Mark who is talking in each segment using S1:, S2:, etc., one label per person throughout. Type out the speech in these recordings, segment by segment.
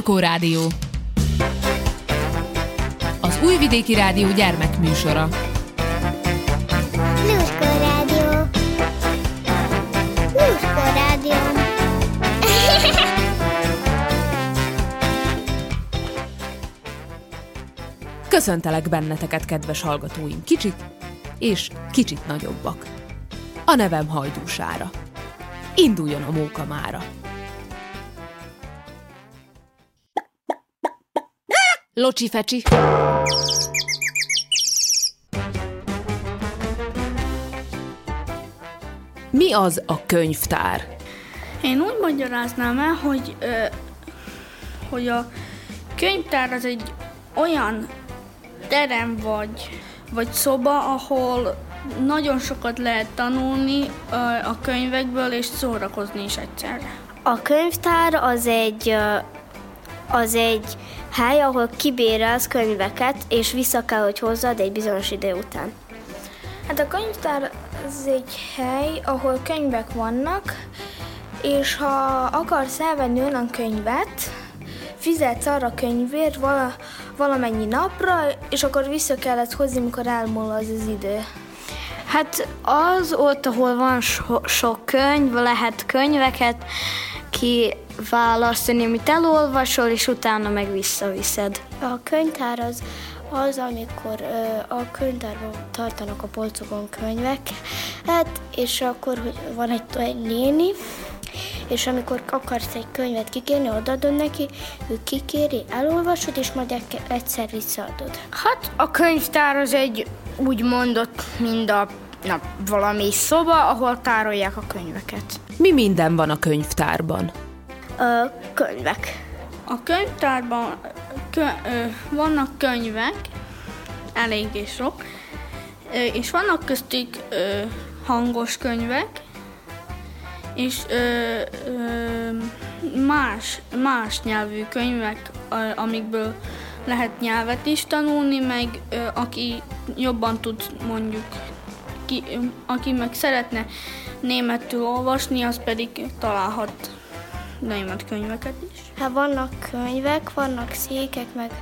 S1: Lluskó Rádió. Az Újvidéki Rádió gyermekműsora.
S2: Lluskó Rádió. Lluskó Rádió.
S1: Köszöntelek benneteket, kedves hallgatóim, kicsit és kicsit nagyobbak. A nevem Hajdúsára. Induljon a móka mára! Locsi-fecsi! Mi az a könyvtár?
S3: Én úgy magyaráznám el, hogy a könyvtár az egy olyan terem vagy szoba, ahol nagyon sokat lehet tanulni a könyvekből, és szórakozni is egyszerre.
S4: A könyvtár az egy hely, ahol kibérelsz könyveket, és vissza kell, hogy hozzad egy bizonyos idő után.
S5: Hát a könyvtár az egy hely, ahol könyvek vannak, és ha akarsz elvenni olyan könyvet, fizetsz arra a könyvért valamennyi napra, és akkor vissza kellett hozni, mikor elmúl az idő.
S4: Hát az ott, ahol van sok könyv, lehet könyveket kiválasztani, amit elolvasol, és utána meg visszaviszed.
S5: A könyvtár az, amikor a könyvtárban tartanak a polcokon könyveket, és akkor hogy van egy néni, és amikor akarsz egy könyvet kikérni, odaadod neki, ő kikéri, elolvasod, és majd egyszer visszaadod.
S6: Hát a könyvtár az egy úgy mondott, mind valami szoba, ahol tárolják a könyveket.
S1: Mi minden van a könyvtárban?
S4: Könyvek.
S3: A könyvtárban vannak könyvek, eléggé sok, és vannak köztük hangos könyvek, és más nyelvű könyvek, amikből lehet nyelvet is tanulni, meg aki jobban tud mondjuk, aki meg szeretne németül olvasni, az pedig találhat német könyveket is.
S5: Hát vannak könyvek, vannak székek, meg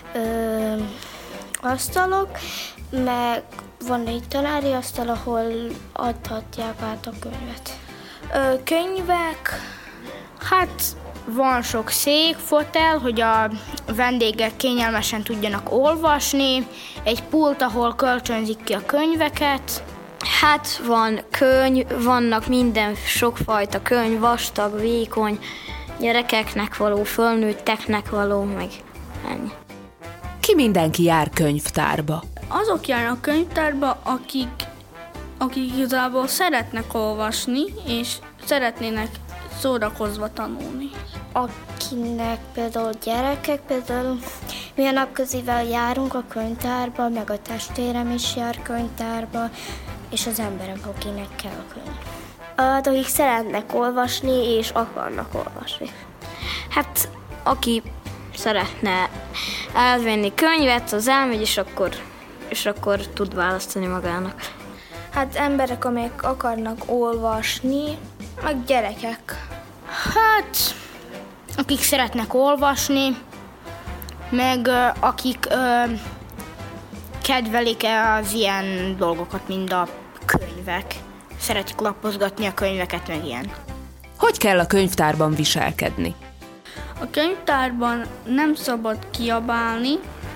S5: asztalok, meg van egy tanári asztal, ahol adhatják át a könyvet. Könyvek,
S6: hát van sok szék, fotel, hogy a vendégek kényelmesen tudjanak olvasni, egy pult, ahol kölcsönzik ki a könyveket.
S4: Hát van könyv, vannak minden sokfajta könyv, vastag, vékony, gyerekeknek való, fölnőtteknek való, meg ennyi.
S1: Ki mindenki jár könyvtárba?
S3: Azok járnak könyvtárba, akik igazából szeretnek olvasni, és szeretnének szórakozva tanulni.
S5: Akinek például gyerekek, például mi a napközivel járunk a könyvtárba, meg a testvérem is jár könyvtárba, és az emberek, akinek kell a könyv.
S4: Akik szeretnek olvasni, és akarnak olvasni. Hát, aki szeretne elvenni könyvet, az elmegy, és akkor tud választani magának.
S5: Hát emberek, amelyek akarnak olvasni, meg gyerekek.
S6: Hát, akik szeretnek olvasni, meg akik kedvelik az ilyen dolgokat, mint a könyvek. Szeretik lapozgatni a könyveket, meg ilyen.
S1: Hogy kell a könyvtárban viselkedni?
S3: A könyvtárban nem szabad kiabálni,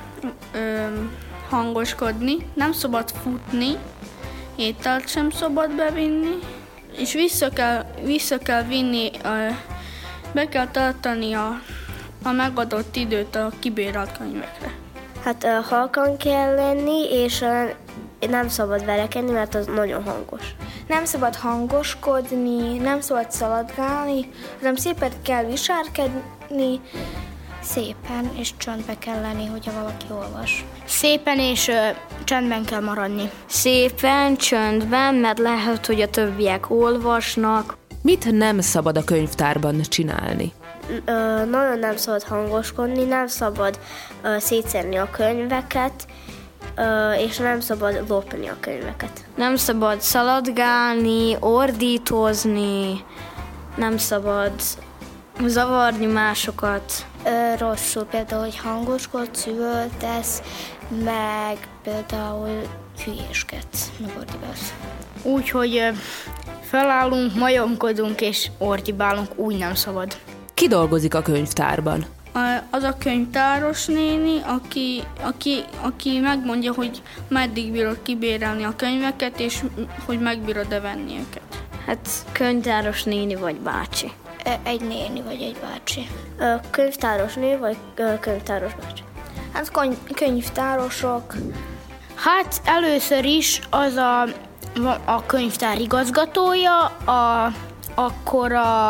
S3: hangoskodni, nem szabad futni, ételt sem szabad bevinni, és vissza kell vinni, be kell tartani a megadott időt a kibérelt könyvekre.
S4: Hát halkan kell lenni, és nem szabad verekedni, mert az nagyon hangos.
S5: Nem szabad hangoskodni, nem szabad szaladgálni, hanem szépen kell viselkedni, szépen és csöndbe kell lenni, hogyha valaki olvas.
S6: Szépen és csöndben kell maradni.
S4: Szépen, csöndben, mert lehet, hogy a többiek olvasnak.
S1: Mit nem szabad a könyvtárban csinálni?
S4: Nagyon nem szabad hangoskodni, nem szabad szétszedni a könyveket, és nem szabad lopni a könyveket. Nem szabad szaladgálni, ordítozni, nem szabad Zavarni másokat.
S5: Rosszul, például, hogy hangoskodsz, üvöltesz, meg például hülyéskedsz, meg ordibálsz.
S6: Úgyhogy felállunk, majomkodunk és ordibálunk, úgy nem szabad.
S1: Ki dolgozik a könyvtárban?
S3: Az a könyvtáros néni, aki megmondja, hogy meddig bírod kibérelni a könyveket, és hogy megbírod-e venni őket.
S4: Hát könyvtáros néni vagy bácsi.
S5: Egy néni vagy egy bácsi.
S4: Könyvtáros néni vagy könyvtáros bácsi.
S6: Hát könyvtárosok. Hát először is az a könyvtár igazgatója, akkor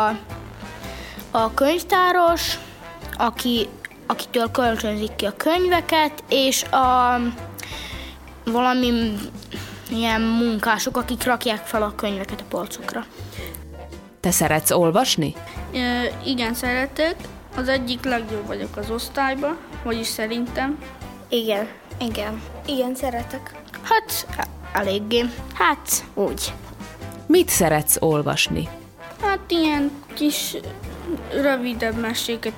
S6: a könyvtáros, akitől kölcsönzik ki a könyveket, és valami ilyen munkások, akik rakják fel a könyveket a polcokra.
S1: Te szeretsz olvasni?
S3: Igen, szeretek. Az egyik legjobb vagyok az osztályban, vagyis szerintem.
S4: Igen.
S5: Igen, szeretek.
S6: Hát eléggé.
S4: Hát úgy.
S1: Mit szeretsz olvasni?
S3: Hát ilyen kis rövidebb meséket,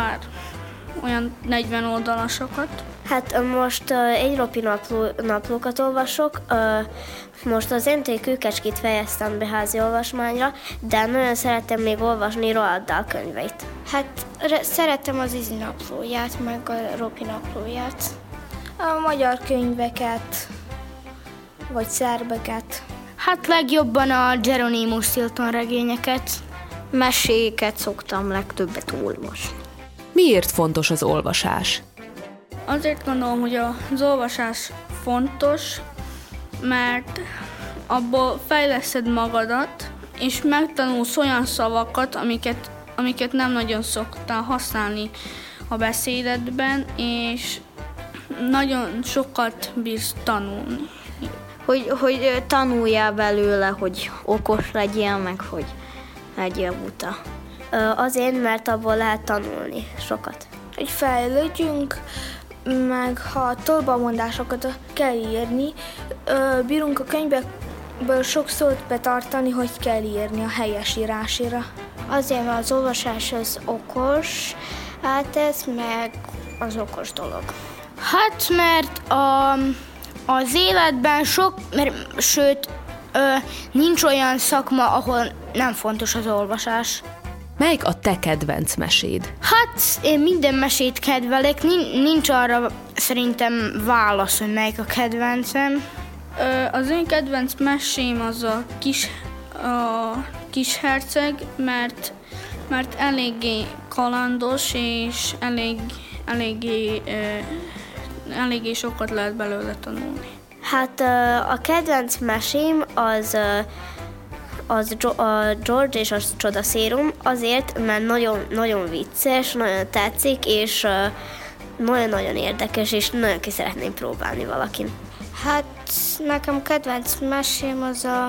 S3: olyan 40 oldalasokat.
S4: Hát most egy ropi naplókat olvasok, most az NTQ Kecskét fejeztem be házi olvasmányra, de nagyon szeretem még olvasni Roald Dahl könyveit.
S5: Hát szeretem az Izi naplóját, meg a Ropi naplóját.
S6: A magyar könyveket, vagy szerbeket. Hát legjobban a Jeronimus Stilton regényeket.
S4: Meséket szoktam legtöbbet olvasni.
S1: Miért fontos az olvasás?
S3: Azért gondolom, hogy az olvasás fontos, mert abból fejleszed magadat, és megtanulsz olyan szavakat, amiket nem nagyon szoktál használni a beszédedben, és nagyon sokat bírsz tanulni.
S4: Hogy tanuljál belőle, hogy okos legyél, meg hogy legyél buta. Azért, mert abból lehet tanulni sokat.
S6: Hogy fejlődjünk, meg ha tolbamondásokat kell írni, bírunk a könyvekből sok szót betartani, hogy kell írni a helyes írásira.
S5: Azért, mert az olvasás az okos, hát ez meg az okos dolog.
S6: Hát, mert az életben sőt, nincs olyan szakma, ahol nem fontos az olvasás.
S1: Melyik a te kedvenc meséd?
S6: Hát, én minden mesét kedvelek, nincs arra szerintem válasz, hogy melyik a kedvencem.
S3: Az én kedvenc mesém az a kis herceg, mert eléggé kalandos, és eléggé sokat lehet belőle tanulni.
S4: Hát a kedvenc mesém az a George és a Csodaszérum, azért, mert nagyon, nagyon vicces, nagyon tetszik, és nagyon-nagyon érdekes, és nagyon ki szeretném próbálni valakin.
S5: Hát nekem kedvenc mesém az a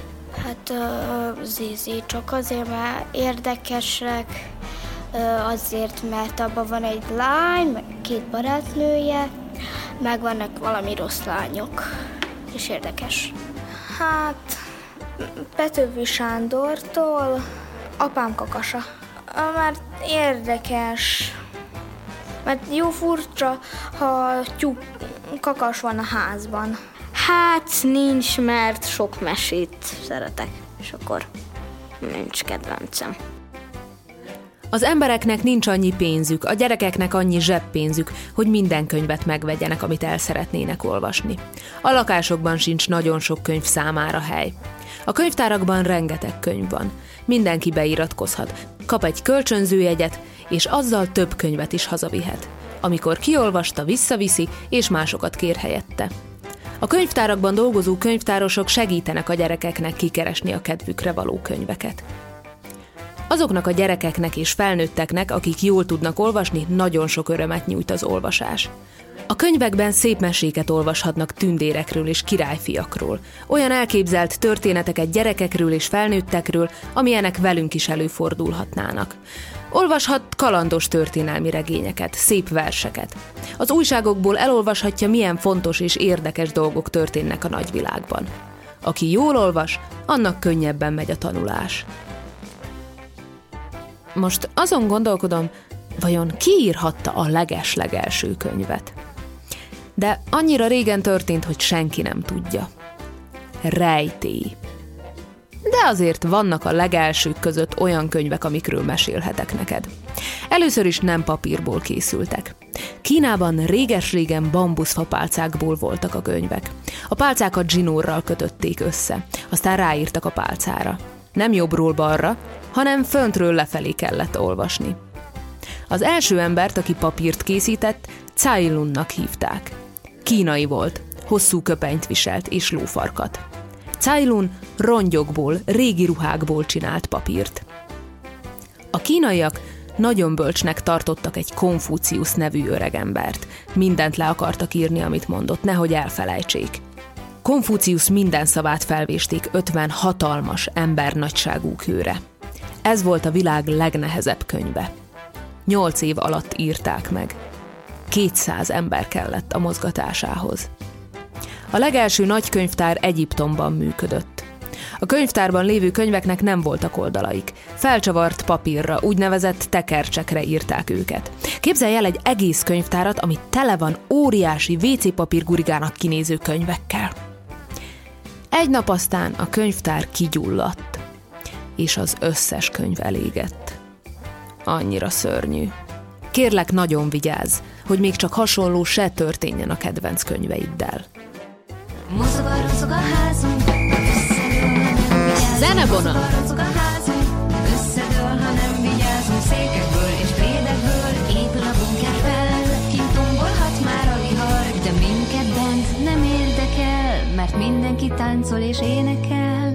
S5: Zizi, csak azért, mert érdekesek, azért, mert abban van egy lány, meg 2 barátnője, meg vannak valami rossz lányok, és érdekes.
S6: Hát, Petőfi Sándortól Apám kakasa. Mert érdekes, mert jó furcsa, ha kakas van a házban.
S4: Hát nincs, mert sok mesét szeretek, és akkor nincs kedvencem.
S1: Az embereknek nincs annyi pénzük, a gyerekeknek annyi zseppénzük, hogy minden könyvet megvegyenek, amit el szeretnének olvasni. A lakásokban sincs nagyon sok könyv számára hely. A könyvtárakban rengeteg könyv van. Mindenki beiratkozhat, kap egy kölcsönzőjegyet, és azzal több könyvet is hazavihet. Amikor kiolvasta, visszaviszi, és másokat kér helyette. A könyvtárakban dolgozó könyvtárosok segítenek a gyerekeknek kikeresni a kedvükre való könyveket. Azoknak a gyerekeknek és felnőtteknek, akik jól tudnak olvasni, nagyon sok örömet nyújt az olvasás. A könyvekben szép meséket olvashatnak tündérekről és királyfiakról, olyan elképzelt történeteket gyerekekről és felnőttekről, amilyenek velünk is előfordulhatnának. Olvashat kalandos történelmi regényeket, szép verseket. Az újságokból elolvashatja, milyen fontos és érdekes dolgok történnek a nagyvilágban. Aki jól olvas, annak könnyebben megy a tanulás. Most azon gondolkodom, vajon ki írhatta a leges-legelső könyvet? De annyira régen történt, hogy senki nem tudja. Rejtély. De azért vannak a legelsők között olyan könyvek, amikről mesélhetek neked. Először is nem papírból készültek. Kínában réges-régen bambuszfapálcákból voltak a könyvek. A pálcákat zsinórral kötötték össze, aztán ráírtak a pálcára. Nem jobbról balra, hanem föntről lefelé kellett olvasni. Az első embert, aki papírt készített, Cai Lunnak hívták. Kínai volt, hosszú köpenyt viselt és lófarkat. Cai Lun rongyokból, régi ruhákból csinált papírt. A kínaiak nagyon bölcsnek tartottak egy Konfuciusz nevű öregembert. Mindent le akartak írni, amit mondott, nehogy elfelejtsék. Konfuciusz minden szavát felvésték 50 hatalmas embernagyságú kőre. Ez volt a világ legnehezebb könyve. 8 év alatt írták meg. 200 ember kellett a mozgatásához. A legelső nagy könyvtár Egyiptomban működött. A könyvtárban lévő könyveknek nem voltak oldalaik. Felcsavart papírra, úgynevezett tekercsekre írták őket. Képzelj el egy egész könyvtárat, ami tele van óriási WC-papír gurigának kinéző könyvekkel. Egy nap aztán a könyvtár kigyulladt, és az összes könyv elégett. Annyira szörnyű. Kérlek, nagyon vigyázz, hogy még csak hasonló se történjen a kedvenc könyveiddel.
S7: Mozog a házunk,
S1: Zenevonal!
S7: Összedől, ha nem vigyázunk, székekből és plédekből épül a bunker fel. Kint tombolhat már a vihar, de minket bent nem érdekel, mert mindenki táncol és énekel.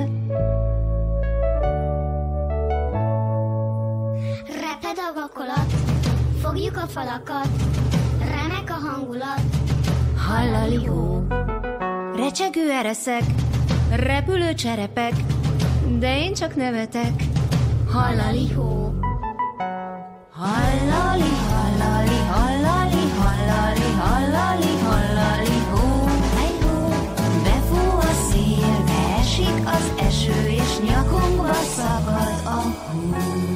S2: Reped a vakolat, fogjuk a falakat, remek a hangulat.
S7: Hallali hó, recsegő ereszek, repülő cserepek, de én csak nevetek. Hallali hó, hallali, hallali, hallali, hallali, hallali, hallali hó. Hey hó, befúj a szél, beesik az eső, és nyakunkba szakad a hó.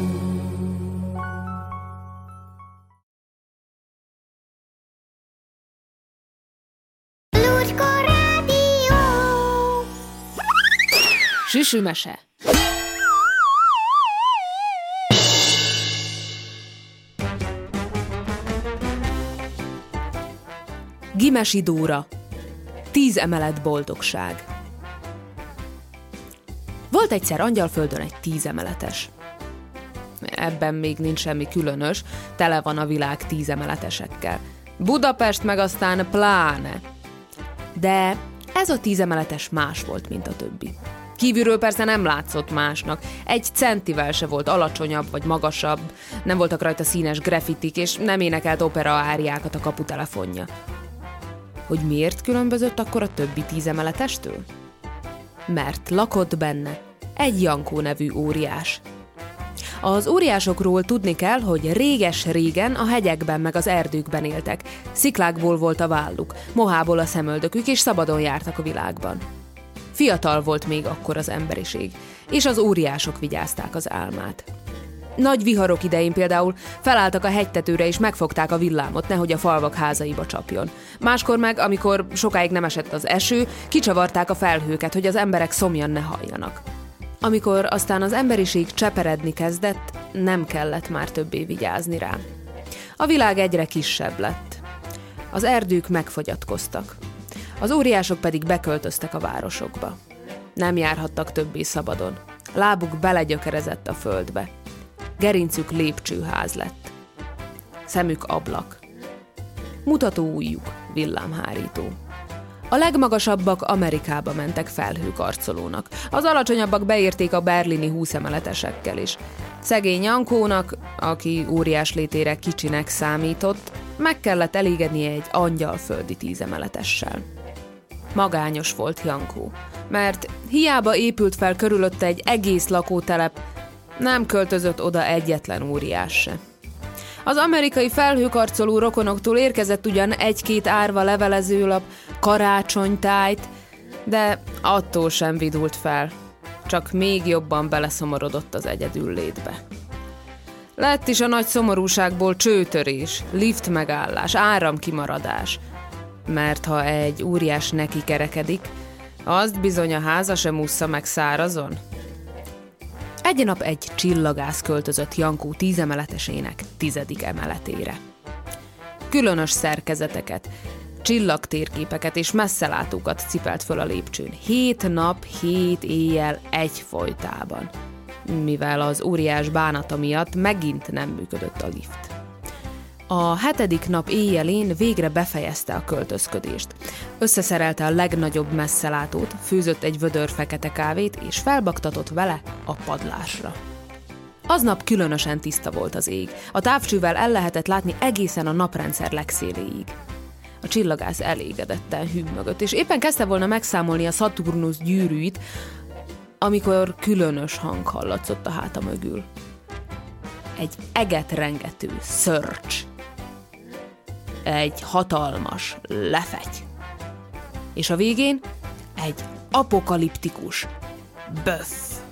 S1: Süsümese. Gimesi Dóra. 10 emelet boldogság. Volt egyszer Angyalföldön egy 10 emeletes. Ebben még nincs semmi különös, tele van a világ 10 emeletesekkel. Budapest meg aztán pláne. De ez a 10 emeletes más volt, mint a többi. Kívülről persze nem látszott másnak. 1 centivel se volt alacsonyabb vagy magasabb, nem voltak rajta színes graffitik, és nem énekelt opera áriákat a kaputelefonja. Hogy miért különbözött akkor a többi 10 emeletestől? Mert lakott benne egy Jankó nevű óriás. Az óriásokról tudni kell, hogy réges-régen a hegyekben meg az erdőkben éltek. Sziklákból volt a válluk, mohából a szemöldökük, és szabadon jártak a világban. Fiatal volt még akkor az emberiség, és az óriások vigyázták az álmát. Nagy viharok idején például felálltak a hegytetőre és megfogták a villámot, nehogy a falvak házaiba csapjon. Máskor meg, amikor sokáig nem esett az eső, kicsavarták a felhőket, hogy az emberek szomjan ne halljanak. Amikor aztán az emberiség cseperedni kezdett, nem kellett már többé vigyázni rá. A világ egyre kisebb lett. Az erdők megfogyatkoztak. Az óriások pedig beköltöztek a városokba. Nem járhattak többé szabadon. Lábuk belegyökerezett a földbe. Gerincük lépcsőház lett. Szemük ablak. Mutató ujjuk villámhárító. A legmagasabbak Amerikába mentek felhőkarcolónak. Az alacsonyabbak beérték a berlini 20 emeletesekkel is. Szegény Jankónak, aki óriás létére kicsinek számított, meg kellett elégednie egy angyalföldi 10 emeletessel. Magányos volt Jankó, mert hiába épült fel körülötte egy egész lakótelep, nem költözött oda egyetlen óriás se. Az amerikai felhőkarcoló rokonoktól érkezett ugyan 1-2 árva levelezőlap, karácsonytájt, de attól sem vidult fel, csak még jobban beleszomorodott az egyedül létbe. Lett is a nagy szomorúságból csőtörés, lift megállás, áramkimaradás. Mert ha egy óriás neki kerekedik, azt bizony a háza sem ússza meg szárazon. Egy nap egy csillagász költözött Jankó 10 emeletesének 10. emeletére. Különös szerkezeteket, csillagtérképeket és messzelátókat cipelt föl a lépcsőn. 7 nap, 7 éjjel egyfolytában, mivel az óriás bánata miatt megint nem működött a lift. A 7. nap éjjelén végre befejezte a költözködést. Összeszerelte a legnagyobb messzelátót, főzött egy vödör fekete kávét, és felbaktatott vele a padlásra. Aznap különösen tiszta volt az ég. A távcsővel el lehetett látni egészen a naprendszer legszéléig. A csillagász elégedetten hümmögött, és éppen kezdte volna megszámolni a Szaturnusz gyűrűit, amikor különös hang hallatszott a háta mögül. Egy eget rengető szörcs. Egy hatalmas lefety. És a végén egy apokaliptikus böff.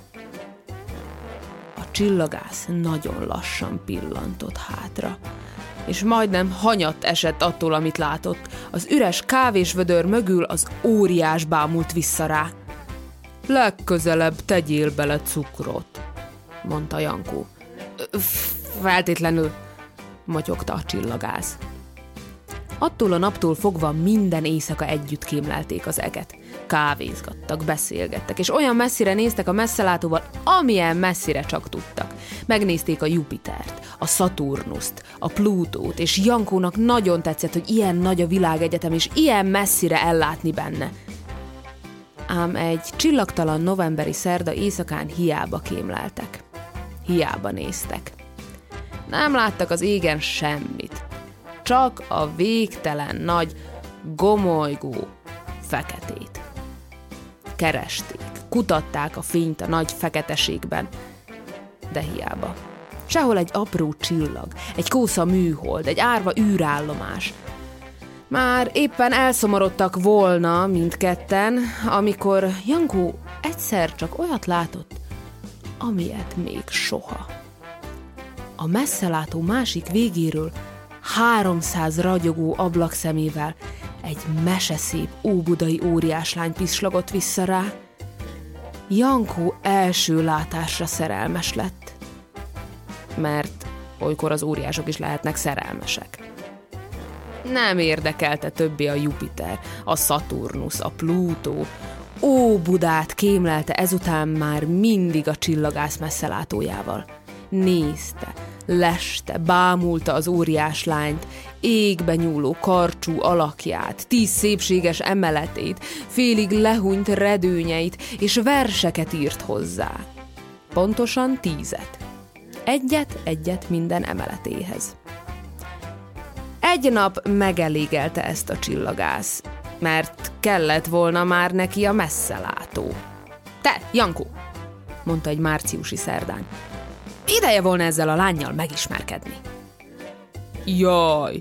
S1: A csillagász nagyon lassan pillantott hátra, és majdnem hanyatt esett attól, amit látott. Az üres kávésvödör mögül az óriás bámult vissza rá. Legközelebb tegyél bele cukrot, mondta Jankó. Feltétlenül, motyogta a csillagász. Attól a naptól fogva minden éjszaka együtt kémlelték az eget. Kávézgattak, beszélgettek, és olyan messzire néztek a messzelátóval, amilyen messzire csak tudtak. Megnézték a Jupitert, a Szaturnuszt, a Plutót, és Jankónak nagyon tetszett, hogy ilyen nagy a világegyetem, és ilyen messzire ellátni benne. Ám egy csillagtalan novemberi szerda éjszakán hiába kémleltek. Hiába néztek. Nem láttak az égen semmit. Csak a végtelen nagy, gomolygó feketét. Keresték, kutatták a fényt a nagy feketeségben, de hiába. Sehol egy apró csillag, egy kósza műhold, egy árva űrállomás. Már éppen elszomorodtak volna mindketten, amikor Jankó egyszer csak olyat látott, amilyet még soha. A messzelátó másik végéről 300 ragyogó ablakszemével egy meseszép óbudai óriáslány pislogott vissza rá. Jankó első látásra szerelmes lett. Mert olykor az óriások is lehetnek szerelmesek. Nem érdekelte többé a Jupiter, a Szaturnusz, a Plutó. Óbudát kémlelte ezután már mindig a csillagász messzelátójával. Nézte, leste, bámulta az óriás lányt, égbe nyúló karcsú alakját, 10 szépséges emeletét, félig lehúnyt redőnyeit, és verseket írt hozzá. Pontosan 10. Egyet minden emeletéhez. Egy nap megelégelte ezt a csillagász, mert kellett volna már neki a messzelátó. Te, Jankó, mondta egy márciusi szerdán, ideje volna ezzel a lánnyal megismerkedni. Jaj,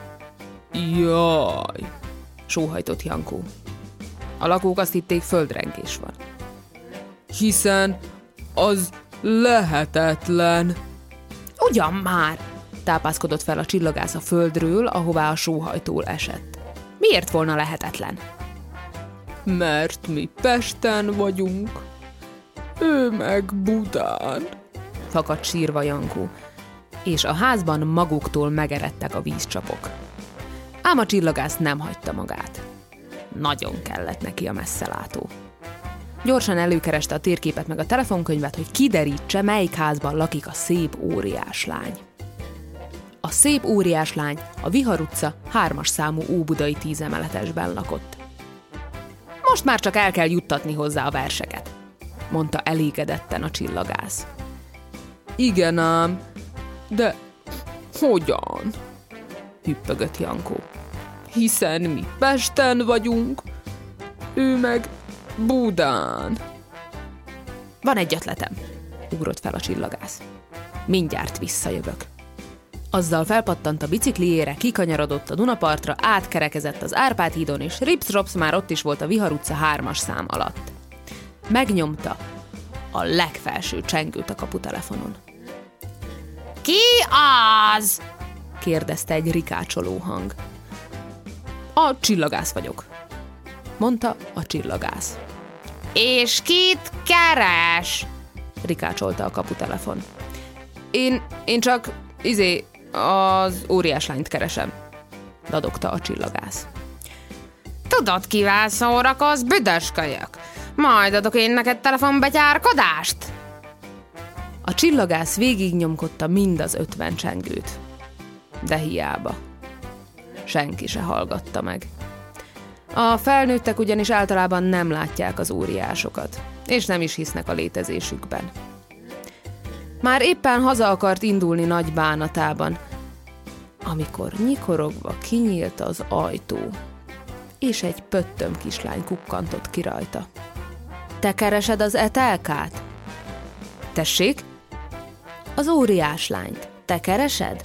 S1: sóhajtott Jankó. A lakók azt hitték, földrengés van. Hiszen az lehetetlen. Ugyan már, tápászkodott fel a csillagász a földről, ahová a sóhajtól esett. Miért volna lehetetlen? Mert mi Pesten vagyunk, ő meg Budán, fakadt sírva Jankó, és a házban maguktól megeredtek a vízcsapok. Ám a csillagász nem hagyta magát. Nagyon kellett neki a messzelátó. Gyorsan előkereste a térképet meg a telefonkönyvet, hogy kiderítse, melyik házban lakik a szép óriáslány. A szép óriáslány a Vihar utca 3-as számú óbudai 10 emeletesben lakott. Most már csak el kell juttatni hozzá a verseket, mondta elégedetten a csillagász. Igen ám, de hogyan? Hüppögött Jankó. Hiszen mi Pesten vagyunk, ő meg Budán. Van egy ötletem, ugrott fel a csillagász. Mindjárt visszajövök. Azzal felpattant a bicikliére, kikanyarodott a Dunapartra, átkerekezett az Árpád hídon, és rips-rops már ott is volt a Vihar utca 3-as szám alatt. Megnyomta a legfelső csengőt a kaputelefonon. Ki az? kérdezte egy rikácsoló hang. A csillagász vagyok, mondta a csillagász. És kit keres? Rikácsolta a kaputelefon. Én csak az óriáslányt keresem, dadogta a csillagász. Tudod, kivel szórakozz, büdös kölyök? Majd adok én neked telefonbetyárkodást? A csillagász végignyomkodta mind az 50 csengőt. De hiába. Senki se hallgatta meg. A felnőttek ugyanis általában nem látják az óriásokat, és nem is hisznek a létezésükben. Már éppen haza akart indulni nagy bánatában, amikor nyikorogva kinyílt az ajtó, és egy pöttöm kislány kukkantott ki rajta. Te keresed az Etelkát? Tessék? Az óriáslányt. Te keresed?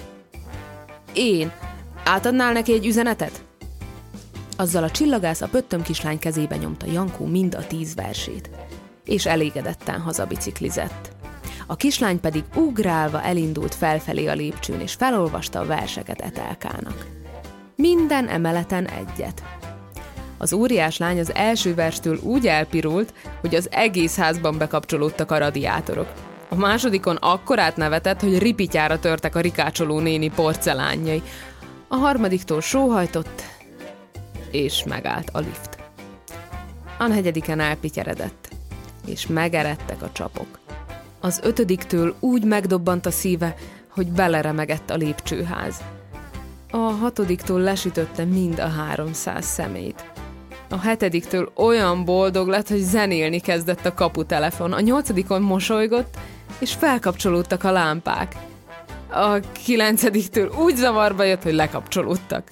S1: Én. Átadnál neki egy üzenetet? Azzal a csillagász a pöttöm kislány kezébe nyomta Jankó mind a 10 versét, és elégedetten hazabiciklizett. A kislány pedig ugrálva elindult felfelé a lépcsőn, és felolvasta a verseket Etelkának. Minden emeleten egyet. Az óriáslány az első verstől úgy elpirult, hogy az egész házban bekapcsolódtak a radiátorok. A másodikon akkorát nevetett, hogy ripityára törtek a rikácsoló néni porcelánjai. A harmadiktól sóhajtott, és megállt a lift. A 4. elpityeredett, és megeredtek a csapok. Az 5. úgy megdobbant a szíve, hogy beleremegett a lépcsőház. A 6. lesütötte mind a 300 szemét. A 7. olyan boldog lett, hogy zenélni kezdett a kaputelefon. A 8. mosolygott, és felkapcsolódtak a lámpák. A 9. úgy zavarba jött, hogy lekapcsolódtak.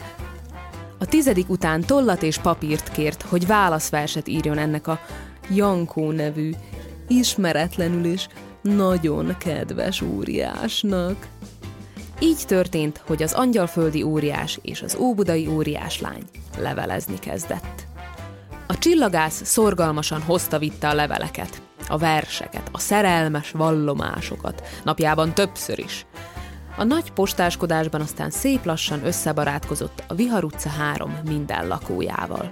S1: A 10. után tollat és papírt kért, hogy válaszverset írjon ennek a Jankó nevű, ismeretlenül is nagyon kedves óriásnak. Így történt, hogy az angyalföldi óriás és az óbudai óriáslány levelezni kezdett. A csillagász szorgalmasan hozta-vitte a leveleket, a verseket, a szerelmes vallomásokat, napjában többször is. A nagy postáskodásban aztán szép lassan összebarátkozott a Vihar utca 3 minden lakójával.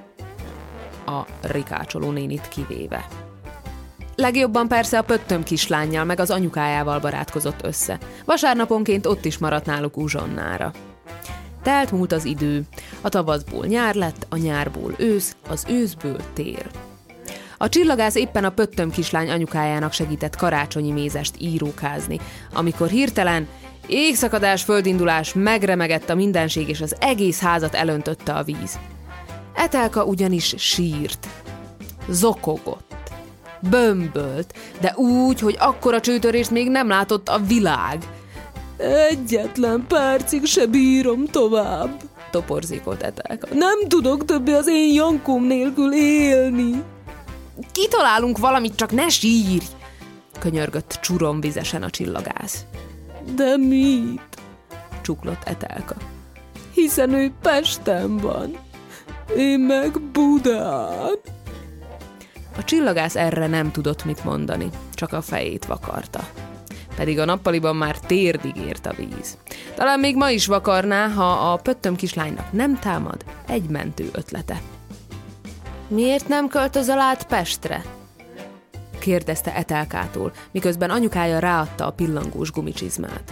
S1: A rikácsoló nénit kivéve. Legjobban persze a pöttöm kislánnyal meg az anyukájával barátkozott össze. Vasárnaponként ott is maradt náluk uzsonnára. Telt múlt az idő, a tavaszból nyár lett, a nyárból ősz, az őszből tél. A csillagász éppen a pöttöm kislány anyukájának segített karácsonyi mézest írókázni, amikor hirtelen égszakadás, földindulás, megremegett a mindenség, és az egész házat elöntötte a víz. Etelka ugyanis sírt, zokogott, bömbölt, de úgy, hogy akkora csőtörést még nem látott a világ. Egyetlen percig se bírom tovább, toporzékolt Etelka. Nem tudok többé az én Jankóm nélkül élni. Kitalálunk valamit, csak ne sírj, könyörgött csuromvizesen a csillagász. De mit? Csuklott Etelka. Hiszen ő Pesten van, én meg Budán. A csillagász erre nem tudott mit mondani, csak a fejét vakarta. Pedig a nappaliban már térdig ért a víz. Talán még ma is vakarná, ha a pöttöm kislánynak nem támad egy mentő ötlete. Miért nem költözöl át Pestre? kérdezte Etelkától, miközben anyukája ráadta a pillangós gumicsizmát.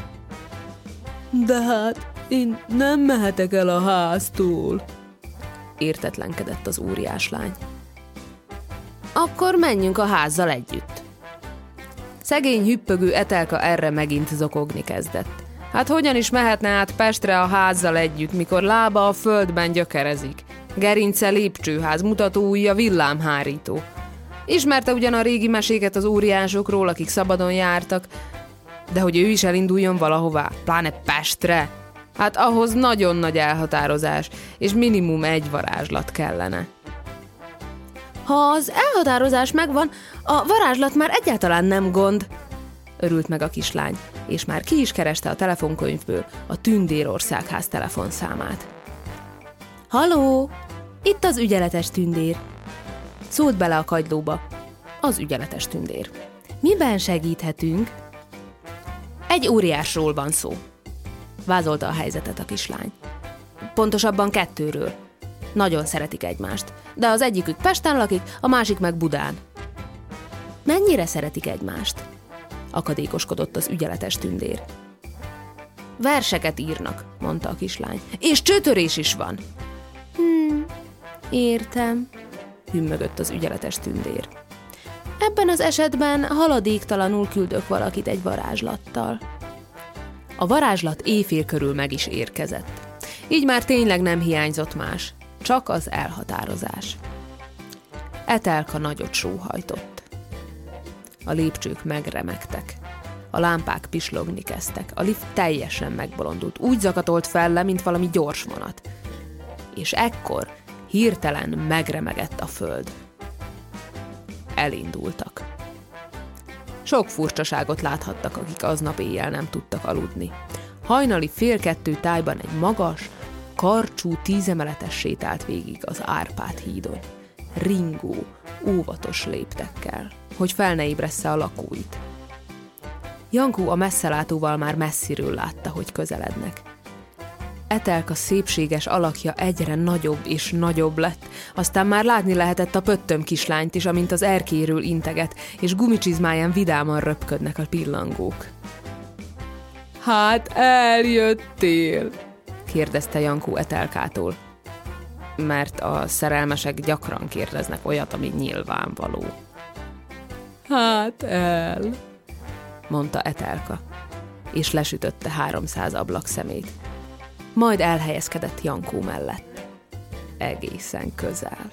S1: De hát én nem mehetek el a háztól, értetlenkedett az óriáslány. Akkor menjünk a házzal együtt. Szegény hüppögő Etelka erre megint zokogni kezdett. Hát hogyan is mehetne át Pestre a házzal együtt, mikor lába a földben gyökerezik? Gerince lépcsőház, mutatóujja villámhárító. Ismerte ugyan a régi meséket az óriásokról, akik szabadon jártak, de hogy ő is elinduljon valahová, pláne Pestre, hát ahhoz nagyon nagy elhatározás, és minimum egy varázslat kellene. Ha az elhatározás megvan, a varázslat már egyáltalán nem gond, örült meg a kislány, és már ki is kereste a telefonkönyvből a Tündérországház telefonszámát. Halló, itt az ügyeletes tündér. Szólt bele a kagylóba az ügyeletes tündér. Miben segíthetünk? Egy óriásról van szó, vázolta a helyzetet a kislány. Pontosabban 2-ről. Nagyon szeretik egymást, de az egyikük Pesten lakik, a másik meg Budán. Mennyire szeretik egymást? Akadékoskodott az ügyeletes tündér. Verseket írnak, mondta a kislány. És csőtörés is van. Értem, hümmögött az ügyeletes tündér. Ebben az esetben haladéktalanul küldök valakit egy varázslattal. A varázslat éjfél körül meg is érkezett. Így már tényleg nem hiányzott más, csak az elhatározás. Etelka nagyot sóhajtott. A lépcsők megremegtek. A lámpák pislogni kezdtek. A lift teljesen megbolondult. Úgy zakatolt fel le, mint valami gyors vonat. És ekkor hirtelen megremegett a föld. Elindultak. Sok furcsaságot láthattak, akik aznap éjjel nem tudtak aludni. Hajnali 1:30 tájban egy magas, karcsú 10 emeletes sétált végig az Árpád hídon. Ringó, óvatos léptekkel, hogy fel ne ébressze a lakóit. Jankó a messzelátóval már messziről látta, hogy közelednek. Etelka szépséges alakja egyre nagyobb és nagyobb lett, aztán már látni lehetett a pöttöm kislányt is, amint az erkélyről integet, és gumicsizmáján vidáman röpködnek a pillangók. Hát eljöttél, kérdezte Jankó Etelkától, mert a szerelmesek gyakran kérdeznek olyat, ami nyilvánvaló. Hát mondta Etelka, és lesütötte 300 ablakszemét. Majd elhelyezkedett Jankó mellett. Egészen közel.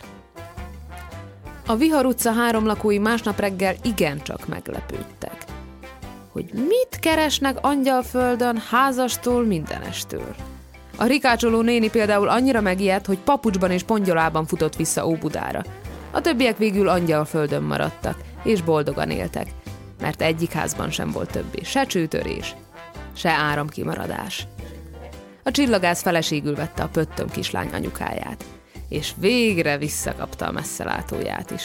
S1: A Vihar utca 3 lakói másnap reggel igencsak meglepődtek. Hogy mit keresnek Angyalföldön házastól mindenestől. A rikácsoló néni például annyira megijedt, hogy papucsban és pongyolában futott vissza Óbudára. A többiek végül Angyalföldön maradtak, és boldogan éltek, mert egyik házban sem volt többé se csőtörés, se áramkimaradás. A csillagász feleségül vette a pöttöm kislány anyukáját, és végre visszakapta a messzelátóját is.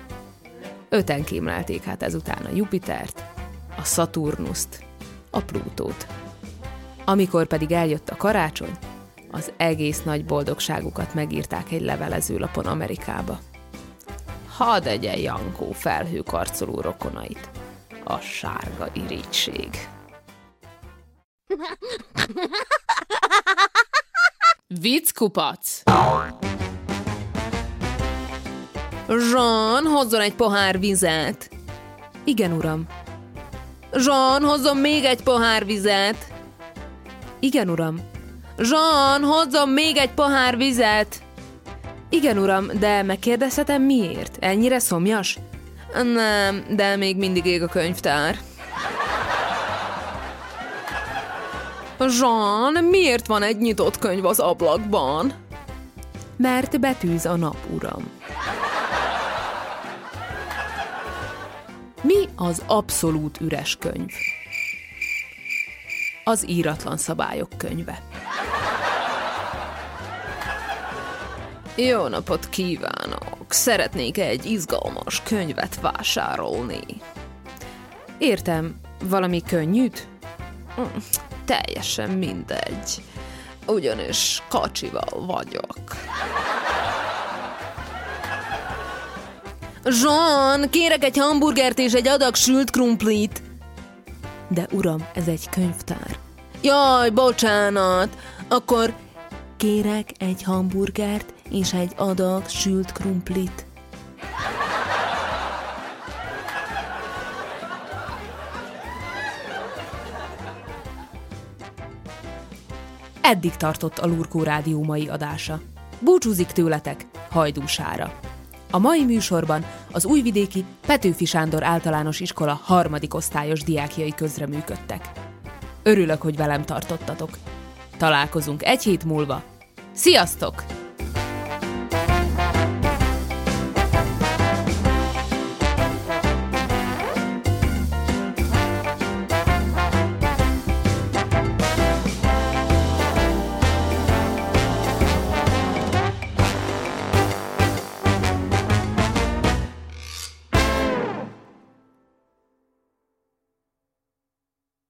S1: 5-en kémlelték hát ezután a Jupitert, a Szaturnuszt, a Plutót. Amikor pedig eljött a karácsony, az egész nagy boldogságukat megírták egy levelezőlapon Amerikába. Hadd egye Jankó felhőkarcoló rokonait, a sárga irigység. Vicckupac! Jean, hozzon egy pohár vizet! Igen, uram. Jean, hozzon még egy pohár vizet! Igen, uram. Jean, hozzon még egy pohár vizet! Igen, uram, de megkérdezhetem miért? Ennyire szomjas? Nem, de még mindig ég a könyvtár. Jean, miért van egy nyitott könyv az ablakban? Mert betűz a nap, uram. Mi az abszolút üres könyv? Az íratlan szabályok könyve. Jó napot kívánok! Szeretnék egy izgalmas könyvet vásárolni. Értem, valami könnyűt? Teljesen mindegy. Ugyanis kacsival vagyok. Jean, kérek egy hamburgert és egy adag sült krumplit. De uram, ez egy könyvtár. Jaj, bocsánat. Akkor kérek egy hamburgert és egy adag sült krumplit. Eddig tartott a Lurkó Rádió mai adása. Búcsúzik tőletek Hajdú Sára. A mai műsorban az újvidéki Petőfi Sándor Általános Iskola 3. osztályos diákjai közreműködtek. Örülök, hogy velem tartottatok. Találkozunk egy hét múlva. Sziasztok!